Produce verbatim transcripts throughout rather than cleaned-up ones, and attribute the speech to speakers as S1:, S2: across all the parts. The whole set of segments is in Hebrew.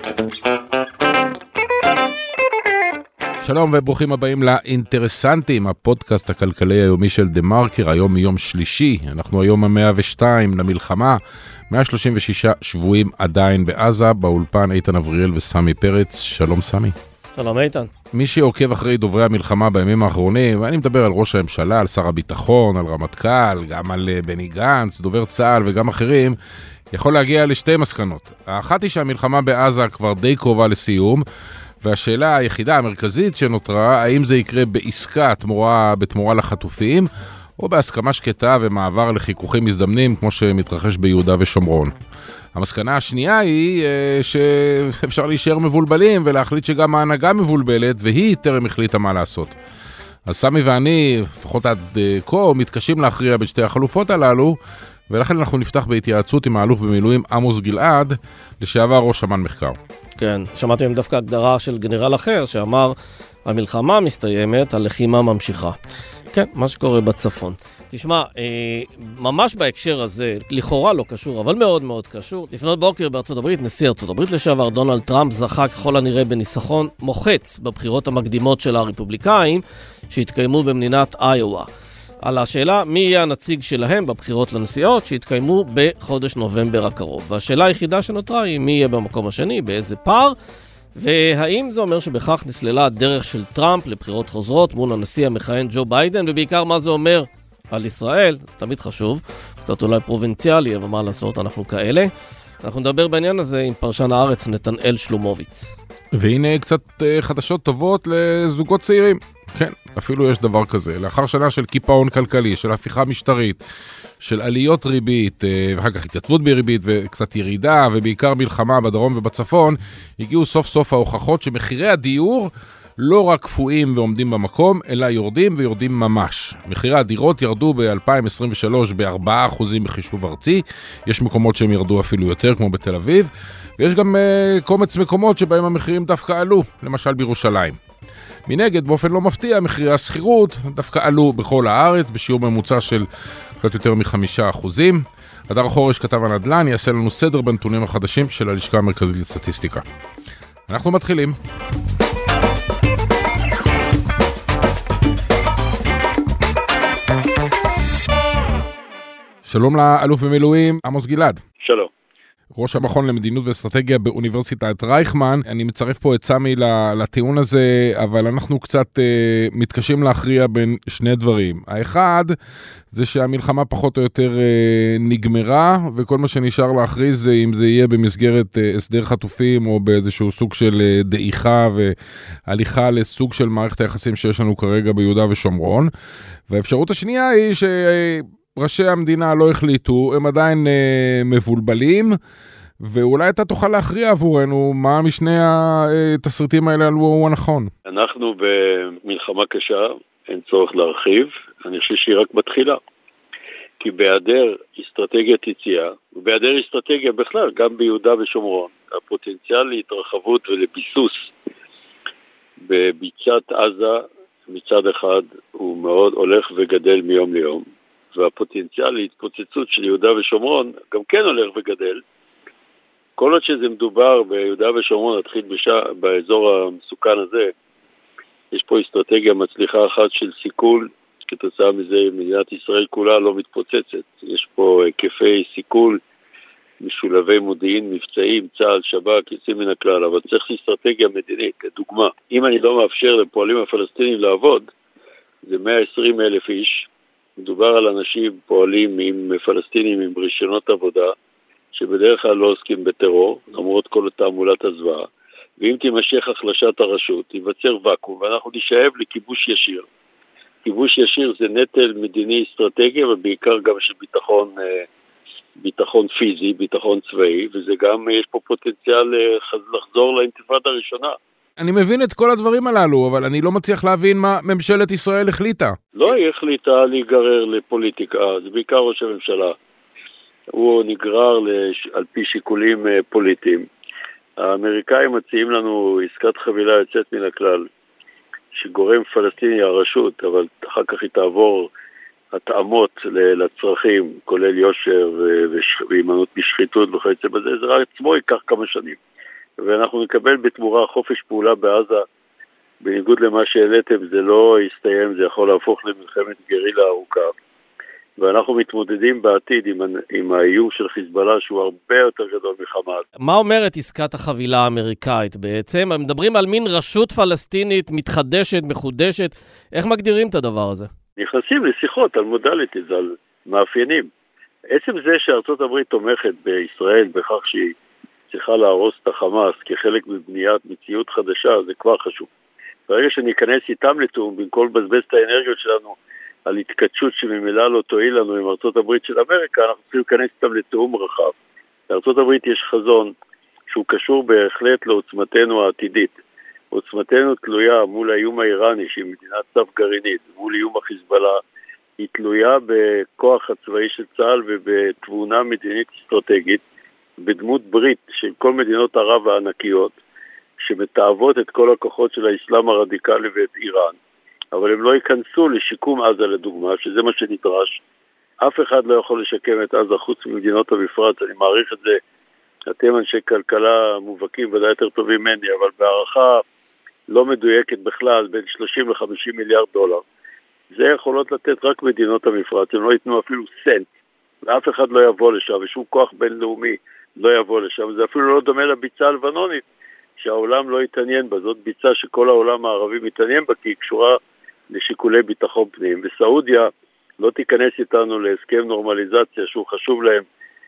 S1: שלום וברוכים הבאים לאינטרסנטים, הפודקאסט הכלכלי היומי של דה מרקר, היום מיום שלישי, אנחנו היום ה-מאה ושתיים למלחמה, מאה שלושים ושישה שבועים עדיין בעזה, באולפן איתן אבריאל וסמי פרץ. שלום סמי.
S2: שלום איתן.
S1: מי שעוקב אחרי דוברי המלחמה בימים האחרונים, ואני מדבר על ראש הממשלה, על שר הביטחון, על רמטכ"ל, גם על בני גנץ, דובר צה"ל וגם אחרים, יכול להגיע לשתי מסקנות. האחת היא שהמלחמה בעזה כבר די קרובה לסיום, והשאלה היחידה המרכזית שנותרה, האם זה יקרה בעסקה תמורה, בתמורה לחטופים, או בהסכמה שקטה ומעבר לחיכוכים מזדמנים, כמו שמתרחש ביהודה ושומרון. המסקנה השנייה היא שאפשר להישאר מבולבלים, ולהחליט שגם ההנהגה מבולבלת, והיא טרם החליטה מה לעשות. אז סמי ואני, לפחות עד כה, מתקשים להכריע בין שתי החלופות הללו, ולכן אנחנו נפתח בהתייעצות עם האלוף במילואים עמוס גלעד, לשעבר ראש אמ"ן מחקר.
S2: כן, שמעתם דווקא הגדרה של גנרל אחר שאמר, המלחמה מסתיימת, הלחימה ממשיכה. כן, מה שקורה בצפון. תשמע, ממש בהקשר הזה, לכאורה לא קשור, אבל מאוד מאוד קשור. לפנות בוקר בארצות הברית, נשיא ארצות הברית לשעבר, דונלד טראמפ, זכה ככל הנראה בניסחון מוחץ בבחירות המקדימות של הרפובליקאים, שהתקיימו במדינת איואה. על השאלה מי יהיה הנציג שלהם בבחירות לנשיאות שהתקיימו בחודש נובמבר הקרוב. והשאלה היחידה שנותרה היא מי יהיה במקום השני, באיזה פער, והאם זה אומר שבכך נסללה הדרך של טראמפ לבחירות חוזרות מול הנשיא המכהן ג'ו ביידן, ובעיקר מה זה אומר על ישראל, תמיד חשוב, קצת אולי פרובינציאלי, אבל מה לעשות, אנחנו כאלה. אנחנו נדבר בעניין הזה עם פרשן הארץ נתנאל שלומוביץ.
S1: והנה קצת חדשות טובות לזוגות צעירים. כן, אפילו יש דבר כזה. לאחר שנה של קיפאון כלכלי, של הפיכה משטרית, של עליות ריבית, ואחר כך התייצבות בריבית וקצת ירידה, ובעיקר מלחמה בדרום ובצפון, הגיעו סוף סוף ההוכחות שמחירי הדיור לא רק קפואים ועומדים במקום, אלא יורדים ויורדים ממש. מחירי הדירות ירדו ב-אלפיים עשרים ושלוש ב-ארבעה אחוזים בחישוב ארצי, יש מקומות שהם ירדו אפילו יותר, כמו בתל אביב, ויש גם uh, קומץ מקומות שבהם המחירים דווקא עלו, למשל בירושלים. מנגד, באופן לא מפתיע, מחירי הסחירות דווקא עלו בכל הארץ, בשיעור ממוצע של קצת יותר מחמישה אחוזים. הדר חורש, כתב הנדל"ן, יעשה לנו סדר בנתונים החדשים של הלשכה המרכזית לסטטיסטיקה. אנחנו מתחילים. שלום לאלוף במילואים עמוס גלעד.
S3: שלום.
S1: ראש המכון למדיניות ואסטרטגיה באוניברסיטת רייכמן. אני מצרף פה את סמי לטיעון הזה, אבל אנחנו קצת אה, מתקשים להכריע בין שני דברים. האחד זה שהמלחמה פחות או יותר אה, נגמרה, וכל מה שנשאר להכריז זה אם זה יהיה במסגרת אה, הסדר חטופים, או באיזשהו סוג של אה, דעיכה והליכה לסוג של מערכת היחסים שיש לנו כרגע ביהודה ושומרון. והאפשרות השנייה היא ש... אה, ראשי המדינה לא החליטו, הם עדיין אה, מבולבלים, ואולי אתה תוכל להכריע עבורנו מה משני התסריטים האלה הוא הנכון.
S3: אנחנו במלחמה קשה, אין צורך להרחיב, אני חושב שהיא רק מתחילה. כי בהיעדר אסטרטגיית יציאה, ובהיעדר אסטרטגיה בכלל, גם ביהודה ושומרון, הפוטנציאל להתרחבות ולביסוס בביצת עזה מצד אחד הוא מאוד הולך וגדל מיום ליום. והפוטנציאל להתפוצצות של יהודה ושומרון גם כן הולך וגדל. כל עוד שזה מדובר ביהודה ושומרון, נתחיל בשע, באזור המסוכן הזה, יש פה אסטרטגיה מצליחה אחת של סיכול, כתוצאה מזה מדינת ישראל כולה לא מתפוצצת. יש פה היקפי סיכול, משולבי מודיעין, מבצעים, צה"ל, שב"כ, יוצאים מן הכלל, אבל צריך אסטרטגיה מדינית. לדוגמה, אם אני לא מאפשר לפועלים הפלסטינים לעבוד, זה מאה ועשרים אלף איש, מדובר על אנשים פועלים עם פלסטינים עם רישיונות עבודה, שבדרך כלל לא עוסקים בטרור, למרות כל תעמולת הזוועה, ואם תימשך החלשת הרשות, ייווצר וקום, ואנחנו נשאב לכיבוש ישיר. כיבוש ישיר זה נטל מדיני אסטרטגי, ובעיקר גם של ביטחון, ביטחון פיזי, ביטחון צבאי, וזה גם, יש פה פוטנציאל לחזור לאינתיפאדה הראשונה.
S1: אני מבין את כל הדברים הללו, אבל אני לא מצליח להבין מה ממשלת ישראל החליטה.
S3: לא, היא החליטה להיגרר לפוליטיקה, זה בעיקר ראש הממשלה. הוא נגרר לש... על פי שיקולים פוליטיים. האמריקאים מציעים לנו עסקת חבילה יוצאת מן הכלל, שגורם פלסטיני הרשות, אבל אחר כך היא תעבור התאמות לצרכים, כולל יושר והימנעות משחיתות וכיוצא בזה, זה רק עצמו ייקח כמה שנים. ואנחנו נקבל בתמורה חופש פעולה בעזה. בניגוד למה שהעליתם, זה לא יסתיים, זה יכול להפוך למלחמת גרילה ארוכה. ואנחנו מתמודדים בעתיד עם, עם האיום של חיזבאללה, שהוא הרבה יותר גדול מחמאס.
S2: מה אומרת עסקת החבילה האמריקאית בעצם? הם מדברים על מין רשות פלסטינית מתחדשת, מחודשת. איך מגדירים את הדבר הזה?
S3: נכנסים לשיחות על מודליטיז, על מאפיינים. עצם זה שארצות הברית תומכת בישראל בכך שהיא צריכה להרוס את החמאס כחלק מבניית מציאות חדשה, זה כבר חשוב. ברגע שניכנס איתם לתאום, במקום לבזבז את האנרגיות שלנו על התקדשות שממילא לא תועיל לנו עם ארצות הברית של אמריקה, אנחנו צריכים להיכנס איתם לתאום רחב. לארצות הברית יש חזון שהוא קשור בהחלט לעוצמתנו העתידית. עוצמתנו תלויה מול האיום האיראני, שהיא מדינת סף גרעינית, מול איום החיזבאללה, היא תלויה בכוח הצבאי של צה"ל ובתבונה מדינית אסטרטגית, בדמות ברית של כל מדינות ערב הענקיות, שמתאבות את כל הכוחות של האסלאם הרדיקלי ואת איראן, אבל הם לא ייכנסו לשיקום עזה לדוגמה, שזה מה שנדרש. אף אחד לא יכול לשקם את עזה חוץ ממדינות המפרץ, אני מעריך את זה, אתם אנשי כלכלה מובהקים ודאי יותר טובים ממני, אבל בהערכה לא מדויקת בכלל, בין שלושים ל-חמישים מיליארד דולר. זה יכולות לתת רק מדינות המפרץ, הם לא ייתנו אפילו סנט, ואף אחד לא יבוא לשם, ושום כוח בינלאומי לא יבוא לשם. זה אפילו לא דומה לביצה הלבנונית, שהעולם לא יתעניין בה, זאת ביצה שכל העולם הערבי מתעניין בה, כי היא קשורה לשיקולי ביטחון פנים. וסעודיה לא תיכנס איתנו להסכם נורמליזציה שהוא חשוב להם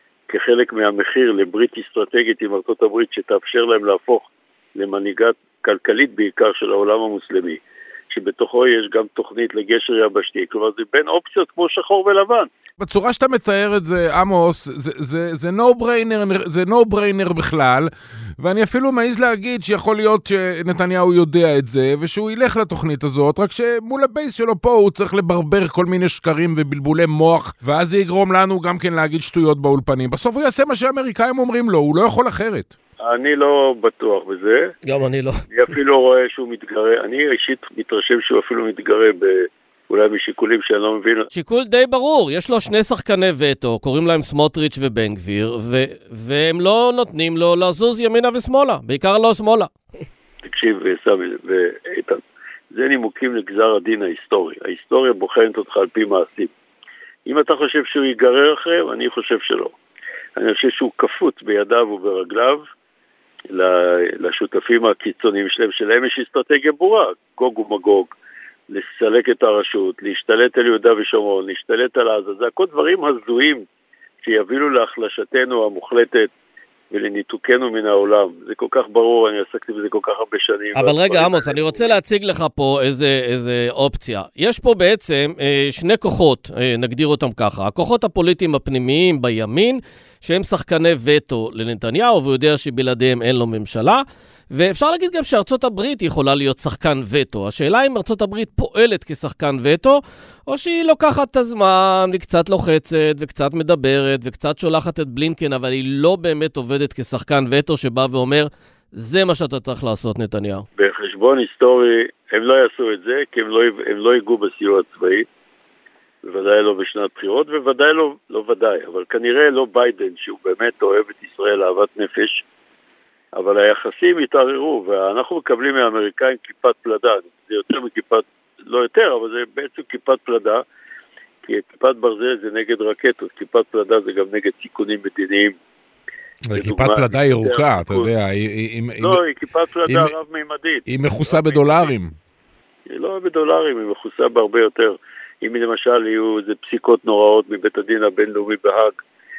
S3: כחלק מהמחיר לברית אסטרטגית עם ארצות הברית, שתאפשר להם להפוך למנהיגת כלכלית בעיקר של העולם המוסלמי, שבתוכו יש גם תוכנית לגשר יבשתי, כלומר זה בין אופציות כמו שחור ולבן.
S1: בצורה שאתה מתאר את זה, עמוס, זה, זה, זה no brainer, זה no brainer בכלל, ואני אפילו מעיז להגיד שיכול להיות שנתניהו יודע את זה, ושהוא ילך לתוכנית הזאת, רק שמול הבייס שלו פה הוא צריך לברבר כל מיני שקרים ובלבולי מוח, ואז זה יגרום לנו גם כן להגיד שטויות באולפנים. בסוף הוא יעשה מה שהאמריקאים אומרים לו, הוא לא יכול אחרת.
S3: אני לא בטוח בזה.
S2: גם אני לא.
S3: אני אפילו רואה שהוא מתגרה, אני אישית מתרשם שהוא אפילו מתגרה ב... אולי משיקולים שאני לא מבין.
S2: שיקול די ברור, יש לו שני שחקני וטו, קוראים להם סמוטריץ' ובן גביר, ו- והם לא נותנים לו לזוז ימינה ושמאלה, בעיקר לא שמאלה.
S3: תקשיב, סמי ואיתן, זה נימוקים לגזר הדין ההיסטורי. ההיסטוריה בוחנת אותך על פי מעשים. אם אתה חושב שהוא ייגרר אחריהם, אני חושב שלא. אני חושב שהוא כפות בידיו וברגליו לשותפים הקיצוניים שלהם, שלהם יש אסטרטגיה ברורה, גוג ומגוג. לסלק את הרשות, להשתלט על יהודה ושומרון, להשתלט על עזה, זה הכל דברים הזויים שיבילו להחלשתנו המוחלטת ולניתוקנו מן העולם. זה כל כך ברור, אני עסקתי בזה כל כך הרבה שנים.
S2: אבל רגע, עמוס, אני רוצה להציג לך פה איזה, איזה אופציה. יש פה בעצם אה, שני כוחות, אה, נגדיר אותם ככה. הכוחות הפוליטיים הפנימיים בימין, שהם שחקני וטו לנתניהו, והוא יודע שבלעדיהם אין לו ממשלה, ואפשר להגיד גם שארצות הברית יכולה להיות שחקן וטו. השאלה אם ארצות הברית פועלת כשחקן וטו, או שהיא לוקחת את הזמן, היא קצת לוחצת וקצת מדברת וקצת שולחת את בלינקן, אבל היא לא באמת עובדת כשחקן וטו שבא ואומר, זה מה שאתה צריך לעשות, נתניהו.
S3: בחשבון היסטורי, הם לא יעשו את זה, כי הם לא, הם לא ייגעו בסיוע הצבאי, בוודאי לא בשנת בחירות, ובוודאי לא, לא ודאי, אבל כנראה לא ביידן, שהוא באמת אוהב את ישראל אהבת נפש, אבל היחסים התערערו, ואנחנו מקבלים מהאמריקאים כיפת פלדה, זה יותר מכיפת, לא יותר, אבל זה בעצם כיפת פלדה, כי כיפת ברזל זה נגד רקטות, כיפת פלדה זה גם נגד סיכונים מדיניים.
S1: כיפת פלדה ירוקה, אתה יודע.
S3: לא, היא כיפת פלדה רב-מימדית.
S1: היא מכוסה בדולרים.
S3: היא לא בדולרים, היא מכוסה בהרבה יותר. אם למשל יהיו איזה פסיקות נוראות מבית הדין הבינלאומי בהאג,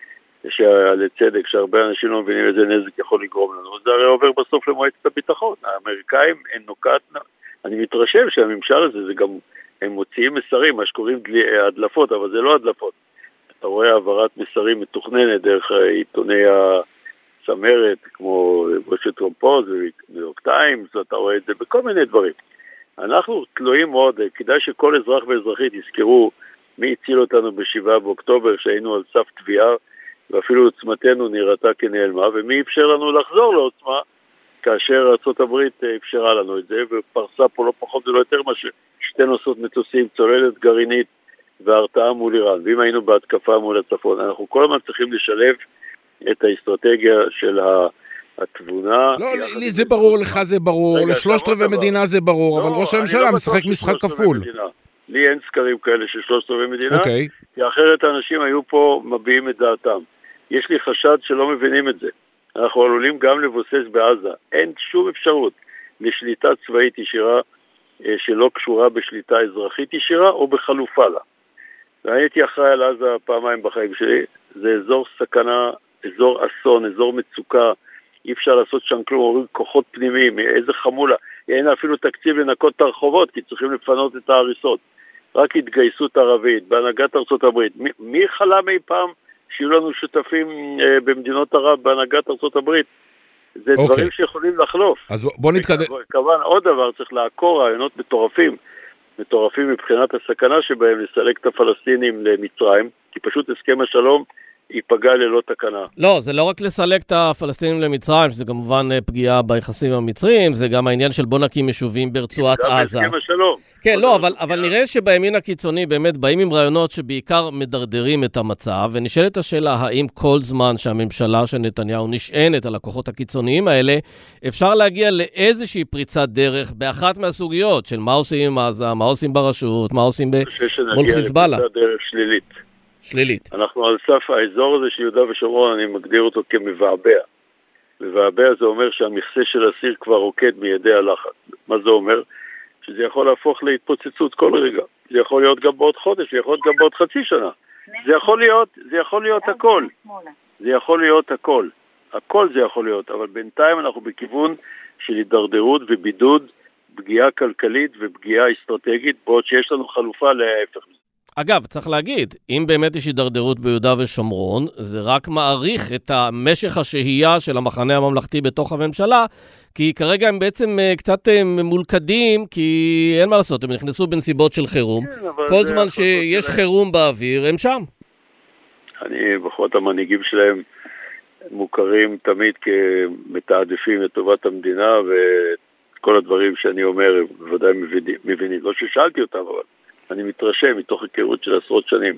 S3: לצדק, שהרבה אנשים לא מבינים איזה נזק יכול לגרום לנו, זה הרי עובר בסוף למועצת הביטחון. האמריקאים הם נוקט, אני מתרשם שהממשל הזה, זה גם, הם מוציאים מסרים, מה שקוראים הדלפות, אבל זה לא הדלפות. אתה רואה העברת מסרים מתוכננת דרך עיתוני הצמרת, כמו וושינגטון פוסט וניו יורק טיימס, אתה רואה את זה בכל מיני דברים. אנחנו תלויים מאוד, כדאי שכל אזרח ואזרחית יזכרו מי הציל אותנו בשבעה באוקטובר, שהיינו על סף תביעה, ואפילו עוצמתנו נראתה כנעלמה, ומי אפשר לנו לחזור לעוצמה, כאשר ארצות הברית אפשרה לנו את זה, ופרסה פה לא פחות ולא יותר מה ששתי נוסעות מטוסים, צוללת גרעינית והרתעה מול איראן. ואם היינו בהתקפה מול הצפון, אנחנו כל הזמן צריכים לשלב את האסטרטגיה של התבונה...
S1: לא, לי זה ברור, לך זה ברור, לשלושת רבעי מדינה זה ברור, אבל ראש הממשלה משחק משחק כפול.
S3: לי אין סקרים כאלה של שלושת רבעי מדינה, כי אחרת האנשים היו פה מביעים את דעתם. יש לי חשד שלא מבינים את זה. אנחנו עלולים גם לבוסס בעזה. אין שום אפשרות לשליטה צבאית ישירה שלא קשורה בשליטה אזרחית ישירה או בחלופה לה. ואני הייתי אחראי על עזה פעמיים בחיים שלי. זה אזור סכנה, אזור אסון, אזור מצוקה. אי אפשר לעשות שם כלום, אומרים כוחות פנימיים, איזה חמולה. אין אפילו תקציב לנקות את הרחובות, כי צריכים לפנות את ההריסות. רק התגייסות ערבית, בהנהגת ארצות הברית. מי, מי חלם אי פעם שיהיו לנו שותפים אה, במדינות ערב בהנהגת ארצות הברית? זה okay. דברים שיכולים לחלוף.
S1: אז בוא, בוא נתקדם.
S3: כמובן עוד דבר, צריך לעקור רעיונות מטורפים, מטורפים מבחינת הסכנה שבהם לסלק את הפלסטינים למצרים, כי פשוט הסכם השלום ייפגע ללא תקנה.
S2: לא, זה לא רק לסלק את הפלסטינים למצרים, שזה כמובן פגיעה ביחסים המצרים, זה גם העניין של בוא נקים יישובים ברצועת עזה.
S3: גם הסכם השלום.
S2: כן, לא, אבל, אבל נראה שבימין הקיצוני באמת באים עם רעיונות שבעיקר מדרדרים את המצב, ונשאלת השאלה האם כל זמן שהממשלה של נתניהו נשענת על הכוחות הקיצוניים האלה, אפשר להגיע לאיזושהי פריצת דרך באחת מהסוגיות של מה עושים עם עזה, מה עושים ברשות, מה עושים מול חיזבאללה.
S3: לפריצת דרך שלילית.
S2: שלילית.
S3: אנחנו על סף האזור הזה של יהודה ושומרון, אני מגדיר אותו כמבעבע. מבעבע זה אומר שהמכסה של הסיר כבר רוקד מידי הלחץ. מה זה אומר? שזה יכול להפוך להתפוצצות כל רגע. זה יכול להיות גם בעוד חודש, זה יכול להיות גם בעוד חצי שנה. זה יכול להיות, זה יכול להיות הכל. זה יכול להיות הכל. הכל זה יכול להיות, אבל בינתיים אנחנו בכיוון של הידרדרות ובידוד, פגיעה כלכלית ופגיעה אסטרטגית, בעוד שיש לנו חלופה להפך.
S2: אגב, צריך להגיד, אם באמת יש הידרדרות ביהודה ושומרון, זה רק מעריך את המשך השהייה של המחנה הממלכתי בתוך הממשלה, כי כרגע הם בעצם קצת ממולכדים, כי אין מה לעשות, הם נכנסו בנסיבות של חירום. כן, כל זמן שיש חירום באוויר, הם שם.
S3: אני, בכל המנהיגים שלהם, מוכרים תמיד כמתעדפים לטובת המדינה, וכל הדברים שאני אומר, בוודאי מבינים. לא ששאלתי אותם, אבל... אני מתרשם מתוך היכרות של עשרות שנים.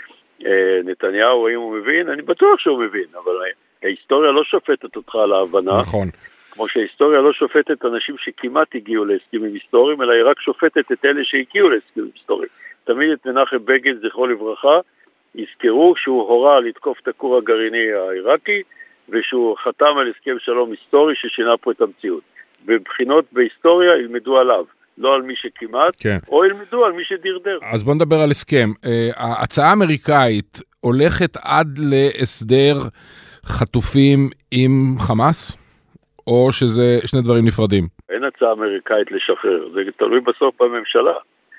S3: נתניהו, האם הוא מבין? אני בטוח שהוא מבין, אבל ההיסטוריה לא שופטת אותך על ההבנה.
S1: נכון.
S3: כמו שההיסטוריה לא שופטת אנשים שכמעט הגיעו להסכמים היסטוריים, אלא היא רק שופטת את אלה שהגיעו להסכמים היסטוריים. תמיד את מנחם בגין, זכרו לברכה, יזכרו שהוא הורה לתקוף את הכור הגרעיני העיראקי, ושהוא חתם על הסכם שלום היסטורי ששינה פה את המציאות. בבחינות בהיסטוריה ילמדו עליו. לא על מי שכמעט, כן. או ילמדו על מי שדרדר.
S1: אז בוא נדבר על הסכם. ההצעה האמריקאית הולכת עד להסדר חטופים עם חמאס, או שזה שני דברים נפרדים?
S3: אין הצעה אמריקאית לשחרר, זה תלוי בסוף בממשלה,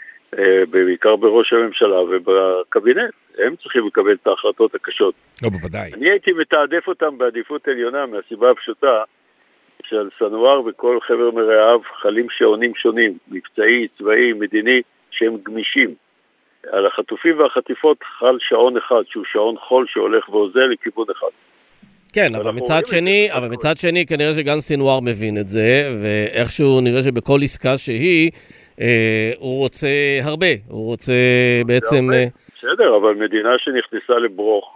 S3: בעיקר בראש הממשלה ובקבינט. הם צריכים לקבל את ההחלטות הקשות.
S1: לא, בוודאי.
S3: אני הייתי מתעדף אותם בעדיפות עליונה, מהסיבה הפשוטה, שעל סנואר וכל חבר מרעיו חלים שעונים שונים, מבצעי, צבאי, מדיני, שהם גמישים. על החטופים והחטיפות חל שעון אחד, שהוא שעון חול שהולך ועוזר לכיוון אחד.
S2: כן, אבל מצד שני, אבל מצד שני, כנראה שגם סנואר מבין את זה, ואיכשהו נראה שבכל עסקה שהיא, אה, הוא רוצה הרבה, הוא רוצה בעצם...
S3: בסדר, אבל מדינה שנכנסה לברוך,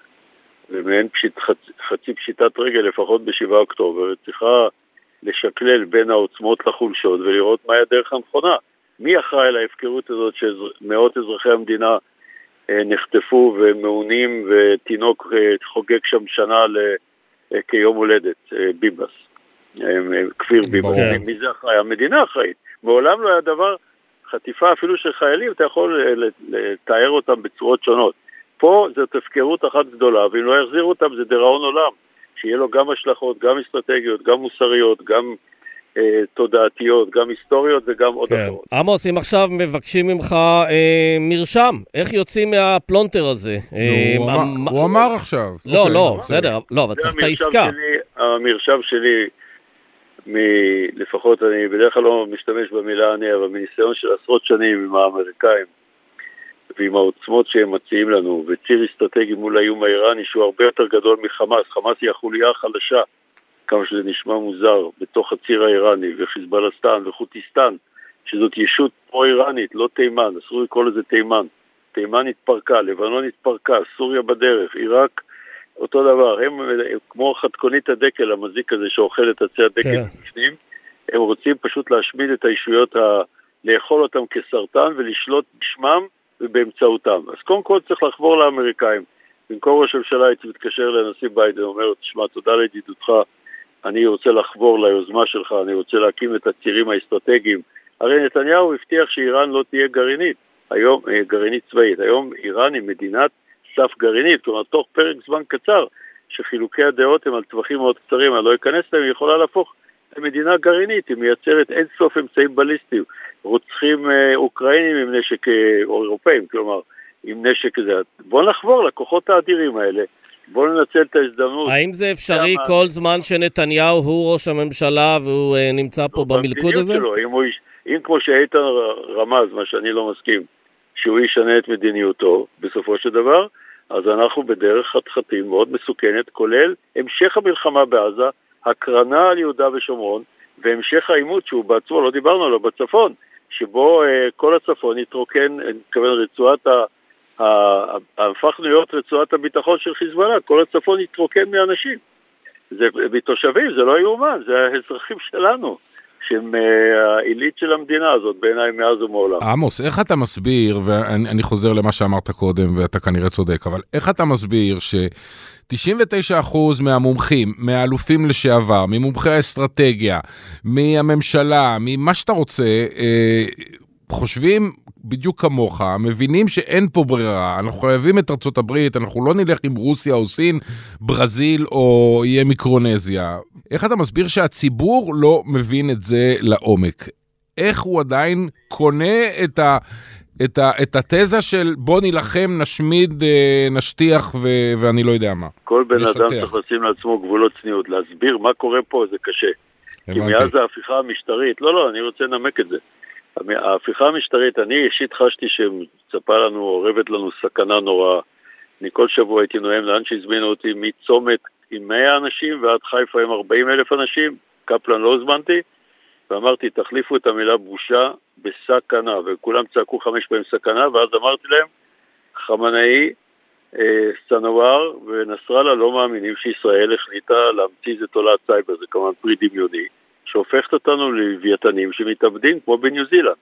S3: ומעין פשיט, חצי, חצי פשיטת רגל, לפחות בשבעה אוקטובר, צריכה לשקלל בין העוצמות לחולשות, ולראות מהי הדרך הנכונה. מי אחראי להפקרות הזאת שמאות אזרחי המדינה אה, נחטפו ומעונים, ותינוק אה, חוגג שם שנה ל, אה, כיום הולדת, אה, ביבס, אה, אה, כפיר ביבס.
S2: כן.
S3: מי זה אחראי? המדינה אחראית. מעולם לא היה דבר, חטיפה אפילו של חיילים, אתה יכול לתאר אותם בצורות שונות. פה זה תפקרות אחת גדולה, ואם לא יחזירו אותם זה דראון עולם, שיהיה לו גם השלכות, גם אסטרטגיות, גם מוסריות, גם אה, תודעתיות, גם היסטוריות וגם עוד
S2: כן.
S3: אחרות.
S2: עמוס, אם עכשיו מבקשים ממך אה, מרשם, איך יוצאים מהפלונטר הזה?
S1: אה, הוא, מה, אמר, הוא אמר עכשיו.
S2: לא,
S1: אוקיי.
S2: לא, בסדר, לא, אבל צריך את העסקה.
S3: שלי, המרשם שלי, מ, לפחות אני בדרך כלל לא משתמש במילה אני, אבל מניסיון של עשרות שנים עם האמריקאים, ועם העוצמות שהם מציעים לנו, וציר אסטרטגי מול האיום האיראני, שהוא הרבה יותר גדול מחמאס. חמאס היא החוליה החלשה, כמה שזה נשמע מוזר, בתוך הציר האיראני, וחיזבאלסטן וחוטיסטן, שזאת ישות פרו-איראנית, לא תימן, אסור לקרוא לזה תימן. תימן התפרקה, לבנון התפרקה, סוריה בדרך, עיראק אותו דבר, הם, הם כמו חתקונית הדקל, המזיק הזה שאוכל את עצי הדקל
S2: כן.
S3: בפנים, הם רוצים פשוט להשמיד את הישויות, ה... לאכול אותם כסרטן ולשלוט בשמם ובאמצעותם. אז קודם כל צריך לחבור לאמריקאים. במקום ראש הממשלה הייתי מתקשר לנשיא ביידן, אומר, תשמע, תודה לידידותך, אני רוצה לחבור ליוזמה שלך, אני רוצה להקים את הצירים האסטרטגיים. הרי נתניהו הבטיח שאיראן לא תהיה גרעינית, היום גרעינית צבאית. היום איראן היא מדינת סף גרעינית, כלומר תוך פרק זמן קצר, שחילוקי הדעות הם על טווחים מאוד קצרים, אני לא אכנס להם, היא יכולה להפוך למדינה גרעינית, היא מייצרת אין סוף אמצעים בליסטיים, רוצחים אה, אוקראינים עם נשק, אה, או אירופאים, כלומר, עם נשק כזה. בואו נחבור לכוחות האדירים האלה, בואו ננצל את ההזדמנות.
S2: האם זה אפשרי כל זמן שנתניהו הוא ראש הממשלה והוא אה, נמצא פה במלכוד הזה?
S3: שלו, אם, הוא, אם כמו שאיתן רמז, מה שאני לא מסכים, שהוא ישנה את מדיניותו בסופו של דבר, אז אנחנו בדרך חתחתים מאוד מסוכנת, כולל המשך המלחמה בעזה, הקרנה על יהודה ושומרון, והמשך העימות שהוא בעצמו, לא דיברנו עליו, בצפון, שבו uh, כל הצפון יתרוקן, אני מתכוון רצועת, ה, ה, הפך להיות רצועת הביטחון של חיזבאללה, כל הצפון יתרוקן מאנשים. זה מתושבים, זה לא יאומן, זה האזרחים שלנו, שהם העילית של המדינה הזאת, בעיניי מאז ומעולם.
S1: עמוס, איך אתה מסביר, ואני חוזר למה שאמרת קודם, ואתה כנראה צודק, אבל איך אתה מסביר ש-תשעים ותשעה אחוז מהמומחים, מהאלופים לשעבר, ממומחי האסטרטגיה, מהממשלה, ממה שאתה רוצה, חושבים בדיוק כמוך, מבינים שאין פה ברירה, אנחנו חייבים את ארצות הברית, אנחנו לא נלך עם רוסיה או סין, ברזיל או יהיה מיקרונזיה. איך אתה מסביר שהציבור לא מבין את זה לעומק? איך הוא עדיין קונה את ה... את, ה, את התזה של בוא נלחם, נשמיד, נשטיח ו, ואני לא יודע מה.
S3: כל בן לשטח. אדם צריך לשים לעצמו גבולות צניעות, להסביר מה קורה פה זה קשה. כי מאז ההפיכה המשטרית, לא לא, אני רוצה לנמק את זה. ההפיכה המשטרית, אני אישית חשתי שמצפה לנו, עורבת לנו סכנה נוראה. אני כל שבוע הייתי נוהם לאן שהזמינו אותי מצומת עם מאה אנשים ועד חיפה עם ארבעים אלף אנשים, קפלן לא הזמנתי, ואמרתי, תחליפו את המילה בושה בסכנה, וכולם צעקו חמש פעמים סכנה, ואז אמרתי להם, חמנאי, אה, סנואר ונסראללה לא מאמינים שישראל החליטה להמציא זה תולעת סייבר, זה כמובן פרי דמיוני, שהופכת אותנו ללוויתנים שמתאבדים כמו בניו זילנד.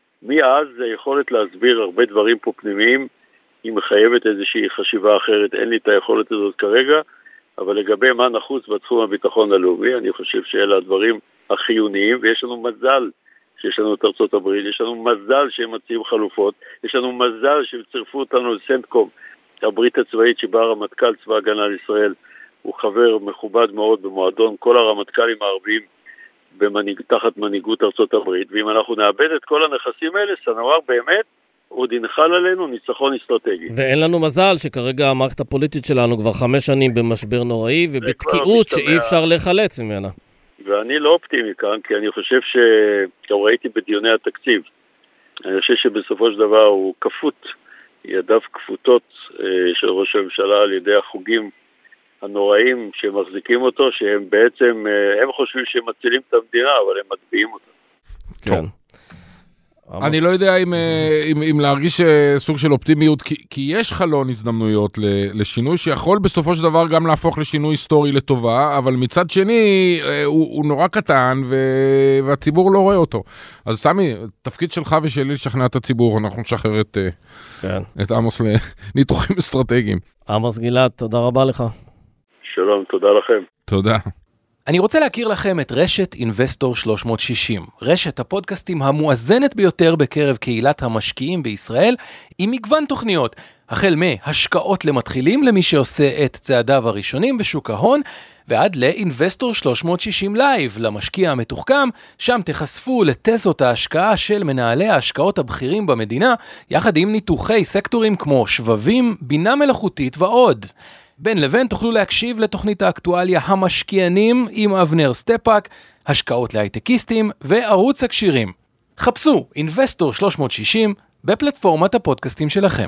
S3: מאז זה יכולת להסביר הרבה דברים פה פנימיים, היא מחייבת איזושהי חשיבה אחרת, אין לי את היכולת הזאת כרגע, אבל לגבי מה נחוץ בתחום הביטחון הלאומי, אני חושב שאלה הדברים החיוניים, ויש לנו מזל שיש לנו את ארצות הברית, יש לנו מזל שהם מציעים חלופות, יש לנו מזל שהם צירפו אותנו לסנטקום, הברית הצבאית שבה הרמטכ"ל צבא הגנה לישראל, הוא חבר מכובד מאוד במועדון כל הרמטכ"לים הערביים, במנהיג, תחת מנהיגות ארצות הברית, ואם אנחנו נאבד את כל הנכסים האלה, סנואר באמת עוד ינחל עלינו ניצחון אסטרטגי.
S2: ואין לנו מזל שכרגע המערכת הפוליטית שלנו כבר חמש שנים במשבר נוראי, ובתקיעות שאי אפשר לחלץ ממנה.
S3: ואני לא אופטימי כאן, כי אני חושב ש... כבר ראיתי בדיוני התקציב, אני חושב שבסופו של דבר הוא כפות, ידיו כפותות של ראש הממשלה על ידי החוגים הנוראים שמחזיקים אותו, שהם בעצם, הם חושבים שהם מצילים את המדינה, אבל הם מטביעים אותה.
S2: כן.
S1: אני לא יודע אם, אם, אם להרגיש סוג של אופטימיות, כי, כי יש חלון הזדמנויות לשינוי, שיכול בסופו של דבר גם להפוך לשינוי היסטורי לטובה, אבל מצד שני הוא, הוא נורא קטן והציבור לא רואה אותו. אז סמי, תפקיד שלך ושלי לשכנע את הציבור, אנחנו נשחרר את, כן. את עמוס לניתוחים אסטרטגיים.
S2: עמוס גלעד, תודה רבה לך.
S3: שלום, תודה לכם.
S1: תודה.
S4: אני רוצה להכיר לכם את רשת אינבסטור שלוש מאות שישים, רשת הפודקאסטים המואזנת ביותר בקרב קהילת המשקיעים בישראל, עם מגוון תוכניות, החל מהשקעות למתחילים למי שעושה את צעדיו הראשונים בשוק ההון, ועד לאינבסטור שלוש מאות שישים לייב, למשקיע המתוחכם, שם תחשפו לתזות ההשקעה של מנהלי ההשקעות הבכירים במדינה, יחד עם ניתוחי סקטורים כמו שבבים, בינה מלאכותית ועוד. בין לבין תוכלו להקשיב לתוכנית האקטואליה המשקיענים עם אבנר סטפאק, השקעות להייטקיסטים וערוץ הקשירים. חפשו אינבסטור שלוש מאות שישים בפלטפורמת הפודקאסטים שלכם.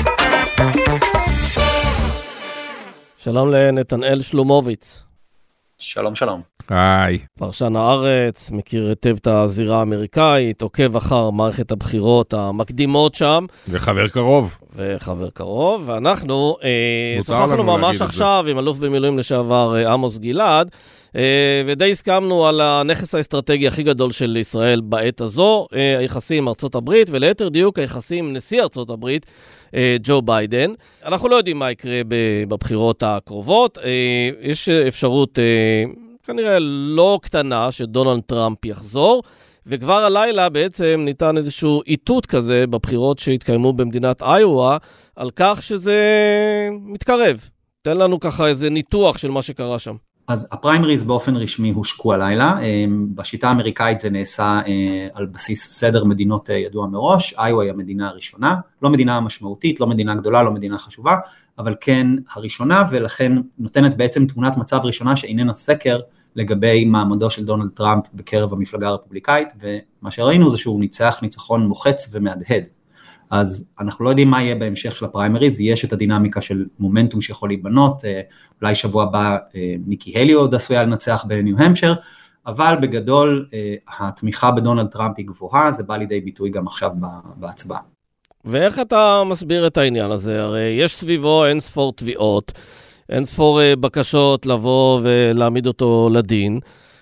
S2: שלום לנתנאל שלומוביץ.
S5: שלום שלום.
S1: היי.
S2: פרשן הארץ, מכיר היטב את הזירה האמריקאית, עוקב אחר מערכת הבחירות המקדימות שם.
S1: וחבר קרוב.
S2: וחבר קרוב, ואנחנו אה, שוחחנו ממש עכשיו עם אלוף במילואים לשעבר אה, עמוס גלעד, אה, ודי הסכמנו על הנכס האסטרטגי הכי גדול של ישראל בעת הזו, אה, היחסים עם ארצות הברית, וליתר דיוק היחסים עם נשיא ארצות הברית, אה, ג'ו ביידן. אנחנו לא יודעים מה יקרה בבחירות הקרובות, אה, יש אפשרות אה, כנראה לא קטנה שדונלד טראמפ יחזור, וכבר הלילה בעצם ניתן איזשהו איתות כזה בבחירות שהתקיימו במדינת איואה, על כך שזה מתקרב. תן לנו ככה איזה ניתוח של מה שקרה שם.
S6: אז הפריימריז באופן רשמי הושקו הלילה, בשיטה האמריקאית זה נעשה על בסיס סדר מדינות ידוע מראש, איואה היא המדינה הראשונה, לא מדינה משמעותית, לא מדינה גדולה, לא מדינה חשובה, אבל כן הראשונה, ולכן נותנת בעצם תמונת מצב ראשונה שאיננה סקר, לגבי מעמדו של דונלד טראמפ בקרב המפלגה הרפובליקאית, ומה שראינו זה שהוא ניצח ניצחון מוחץ ומהדהד. אז אנחנו לא יודעים מה יהיה בהמשך של הפריימריז, יש את הדינמיקה של מומנטום שיכול להיבנות, אולי שבוע הבא ניקי היילי עוד עשויה לנצח בניו-המפשר, אבל בגדול התמיכה בדונלד טראמפ היא גבוהה, זה בא לידי ביטוי גם עכשיו בהצבעה.
S2: ואיך אתה מסביר את העניין הזה? הרי יש סביבו אין ספור תביעות, אין ספור בקשות לבוא ולהעמיד אותו לדין.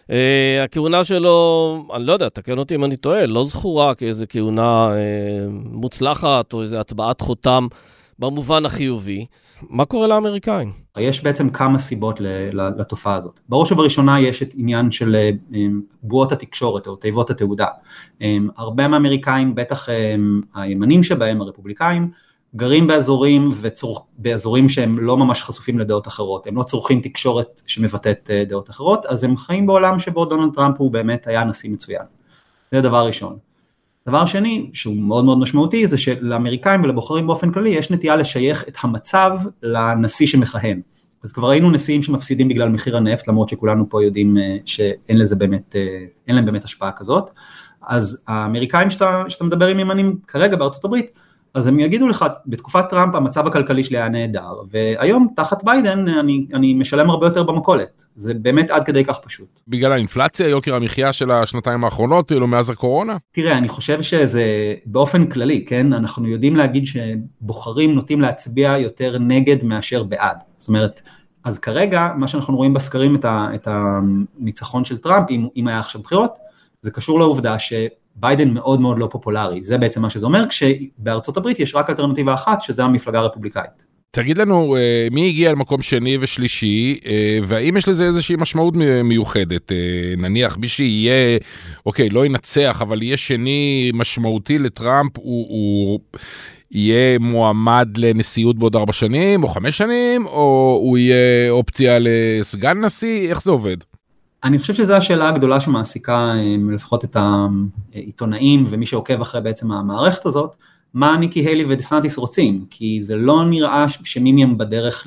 S2: הכהונה שלו, אני לא יודע, תקן אותי אם אני טועה, לא זכורה כאיזו כהונה מוצלחת או איזו הצבעת חותם במובן החיובי. מה קורה לאמריקאים?
S6: יש בעצם כמה סיבות לתופעה הזאת. בראש ובראשונה יש את עניין של בועות התקשורת או תיבות התעודה. הרבה מהאמריקאים, בטח הימנים שבהם, הרפובליקאים, גרים באזורים וצורך, באזורים שהם לא ממש חשופים לדעות אחרות, הם לא צורכים תקשורת שמבטאת דעות אחרות, אז הם חיים בעולם שבו דונלד טראמפ הוא באמת היה נשיא מצוין. זה דבר ראשון. דבר שני, שהוא מאוד מאוד משמעותי, זה שלאמריקאים ולבוחרים באופן כללי, יש נטייה לשייך את המצב לנשיא שמכהן. אז כבר ראינו נשיאים שמפסידים בגלל מחיר הנפט, למרות שכולנו פה יודעים שאין לזה באמת, אין להם באמת השפעה כזאת. אז האמריקאים שאתה, שאתה מדבר עם ימנים כרגע בארצות הברית, אז הם יגידו לך, בתקופת טראמפ המצב הכלכלי שלי היה נהדר, והיום תחת ביידן אני, אני משלם הרבה יותר במקולת. זה באמת עד כדי כך פשוט.
S1: בגלל האינפלציה, יוקר המחיה של השנתיים האחרונות, או מאז הקורונה?
S6: תראה, אני חושב שזה באופן כללי, כן? אנחנו יודעים להגיד שבוחרים נוטים להצביע יותר נגד מאשר בעד. זאת אומרת, אז כרגע, מה שאנחנו רואים בסקרים את, ה, את הניצחון של טראמפ, אם, אם היה עכשיו בחירות, זה קשור לעובדה ש... ביידן מאוד מאוד לא פופולרי, זה בעצם מה שזה אומר, כשבארצות הברית יש רק אלטרנטיבה אחת, שזה המפלגה הרפובליקאית.
S1: תגיד לנו, מי הגיע למקום שני ושלישי, והאם יש לזה איזושהי משמעות מיוחדת? נניח, מי שיהיה, אוקיי, לא ינצח, אבל יהיה שני משמעותי לטראמפ, הוא, הוא יהיה מועמד לנשיאות בעוד ארבע שנים, או חמש שנים, או הוא יהיה אופציה לסגן נשיא? איך זה עובד?
S6: אני חושב שזו השאלה הגדולה שמעסיקה לפחות את העיתונאים ומי שעוקב אחרי בעצם המערכת הזאת, מה ניקי היילי ודסנטיס רוצים, כי זה לא נראה שמי מהם בדרך